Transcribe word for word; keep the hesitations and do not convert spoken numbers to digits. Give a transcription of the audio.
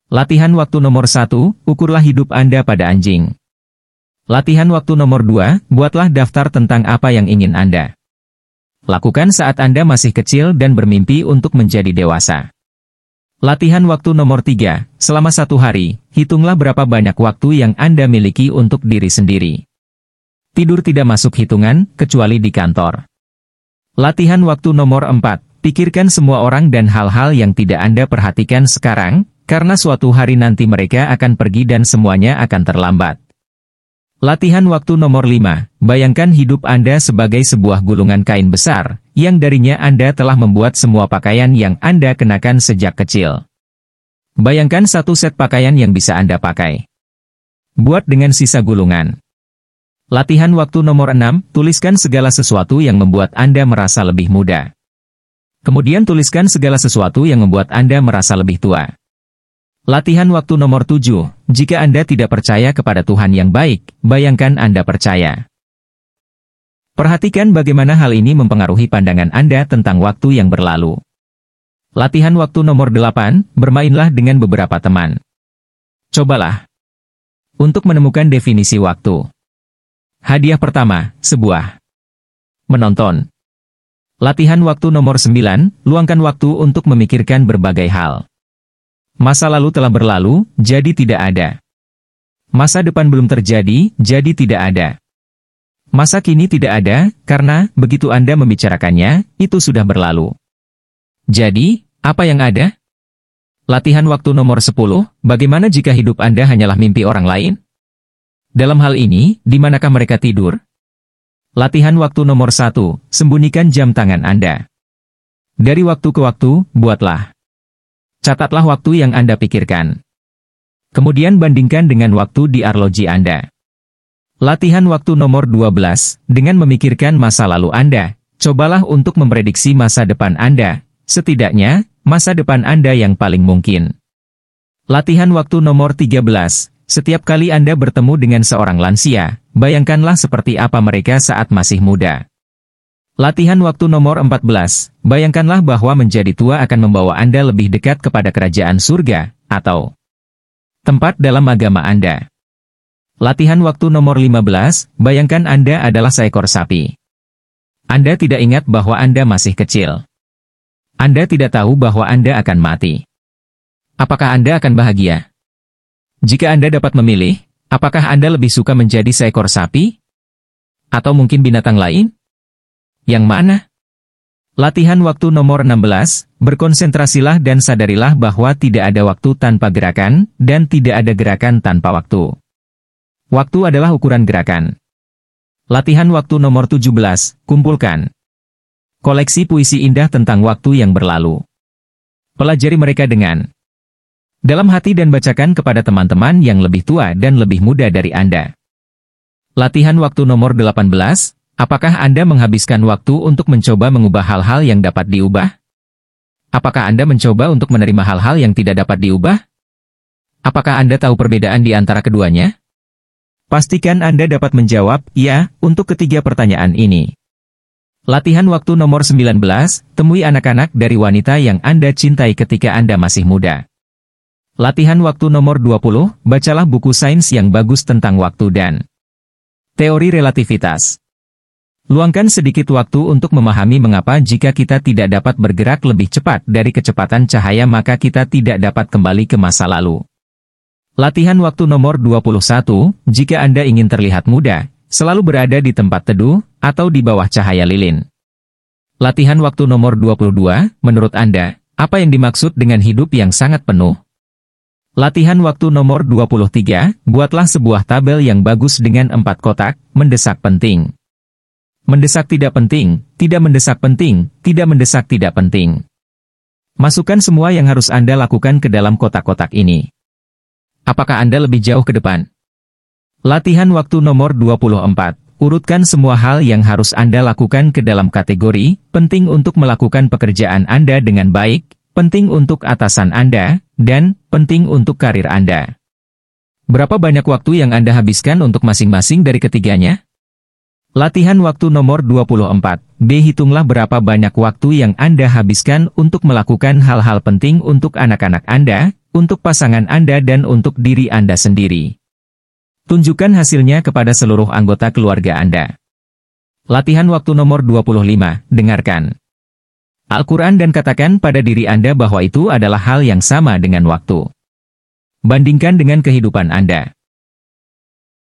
Latihan waktu nomor satu, ukurlah hidup Anda pada anjing. Latihan waktu nomor dua, buatlah daftar tentang apa yang ingin Anda lakukan saat Anda masih kecil dan bermimpi untuk menjadi dewasa. Latihan waktu nomor tiga, selama satu hari, hitunglah berapa banyak waktu yang Anda miliki untuk diri sendiri. Tidur tidak masuk hitungan, kecuali di kantor. Latihan waktu nomor empat, pikirkan semua orang dan hal-hal yang tidak Anda perhatikan sekarang, karena suatu hari nanti mereka akan pergi dan semuanya akan terlambat. Latihan waktu nomor lima, bayangkan hidup Anda sebagai sebuah gulungan kain besar, yang darinya Anda telah membuat semua pakaian yang Anda kenakan sejak kecil. Bayangkan satu set pakaian yang bisa Anda pakai. Buat dengan sisa gulungan. Latihan waktu nomor enam, tuliskan segala sesuatu yang membuat Anda merasa lebih muda. Kemudian tuliskan segala sesuatu yang membuat Anda merasa lebih tua. Latihan waktu nomor tujuh, jika Anda tidak percaya kepada Tuhan yang baik, bayangkan Anda percaya. Perhatikan bagaimana hal ini mempengaruhi pandangan Anda tentang waktu yang berlalu. Latihan waktu nomor delapan, bermainlah dengan beberapa teman. Cobalah untuk menemukan definisi waktu. Hadiah pertama, sebuah menonton. Latihan waktu nomor sembilan, luangkan waktu untuk memikirkan berbagai hal. Masa lalu telah berlalu, jadi tidak ada. Masa depan belum terjadi, jadi tidak ada. Masa kini tidak ada, karena, begitu Anda membicarakannya, itu sudah berlalu. Jadi, apa yang ada? Latihan waktu nomor sepuluh, bagaimana jika hidup Anda hanyalah mimpi orang lain? Dalam hal ini, di manakah mereka tidur? Latihan waktu nomor satu, sembunyikan jam tangan Anda. Dari waktu ke waktu, buatlah. Catatlah waktu yang Anda pikirkan. Kemudian bandingkan dengan waktu di arloji Anda. Latihan waktu nomor dua belas, dengan memikirkan masa lalu Anda, cobalah untuk memprediksi masa depan Anda, setidaknya, masa depan Anda yang paling mungkin. Latihan waktu nomor tiga belas, setiap kali Anda bertemu dengan seorang lansia, bayangkanlah seperti apa mereka saat masih muda. Latihan waktu nomor empat belas, bayangkanlah bahwa menjadi tua akan membawa Anda lebih dekat kepada kerajaan surga, atau tempat dalam agama Anda. Latihan waktu nomor lima belas, bayangkan Anda adalah seekor sapi. Anda tidak ingat bahwa Anda masih kecil. Anda tidak tahu bahwa Anda akan mati. Apakah Anda akan bahagia? Jika Anda dapat memilih, apakah Anda lebih suka menjadi seekor sapi? Atau mungkin binatang lain? Yang mana? Latihan waktu nomor enam belas, berkonsentrasilah dan sadarilah bahwa tidak ada waktu tanpa gerakan, dan tidak ada gerakan tanpa waktu. Waktu adalah ukuran gerakan. Latihan waktu nomor tujuh belas, kumpulkan koleksi puisi indah tentang waktu yang berlalu. Pelajari mereka dengan dalam hati dan bacakan kepada teman-teman yang lebih tua dan lebih muda dari Anda. Latihan waktu nomor delapan belas, apakah Anda menghabiskan waktu untuk mencoba mengubah hal-hal yang dapat diubah? Apakah Anda mencoba untuk menerima hal-hal yang tidak dapat diubah? Apakah Anda tahu perbedaan di antara keduanya? Pastikan Anda dapat menjawab ya untuk ketiga pertanyaan ini. Latihan waktu nomor sembilan belas, temui anak-anak dari wanita yang Anda cintai ketika Anda masih muda. Latihan waktu nomor dua puluh, bacalah buku sains yang bagus tentang waktu dan teori relativitas. Luangkan sedikit waktu untuk memahami mengapa jika kita tidak dapat bergerak lebih cepat dari kecepatan cahaya maka kita tidak dapat kembali ke masa lalu. Latihan waktu nomor dua puluh satu, jika Anda ingin terlihat muda, selalu berada di tempat teduh, atau di bawah cahaya lilin. Latihan waktu nomor dua puluh dua, menurut Anda, apa yang dimaksud dengan hidup yang sangat penuh? Latihan waktu nomor dua puluh tiga, buatlah sebuah tabel yang bagus dengan empat kotak, mendesak penting. Mendesak tidak penting, tidak mendesak penting, tidak mendesak tidak penting. Masukkan semua yang harus Anda lakukan ke dalam kotak-kotak ini. Apakah Anda lebih jauh ke depan? Latihan waktu nomor dua puluh empat, urutkan semua hal yang harus Anda lakukan ke dalam kategori, penting untuk melakukan pekerjaan Anda dengan baik, penting untuk atasan Anda, dan penting untuk karir Anda. Berapa banyak waktu yang Anda habiskan untuk masing-masing dari ketiganya? Latihan waktu nomor dua puluh empat. B. Hitunglah berapa banyak waktu yang Anda habiskan untuk melakukan hal-hal penting untuk anak-anak Anda, untuk pasangan Anda dan untuk diri Anda sendiri. Tunjukkan hasilnya kepada seluruh anggota keluarga Anda. Latihan waktu nomor dua puluh lima. Dengarkan Al-Quran dan katakan pada diri Anda bahwa itu adalah hal yang sama dengan waktu. Bandingkan dengan kehidupan Anda.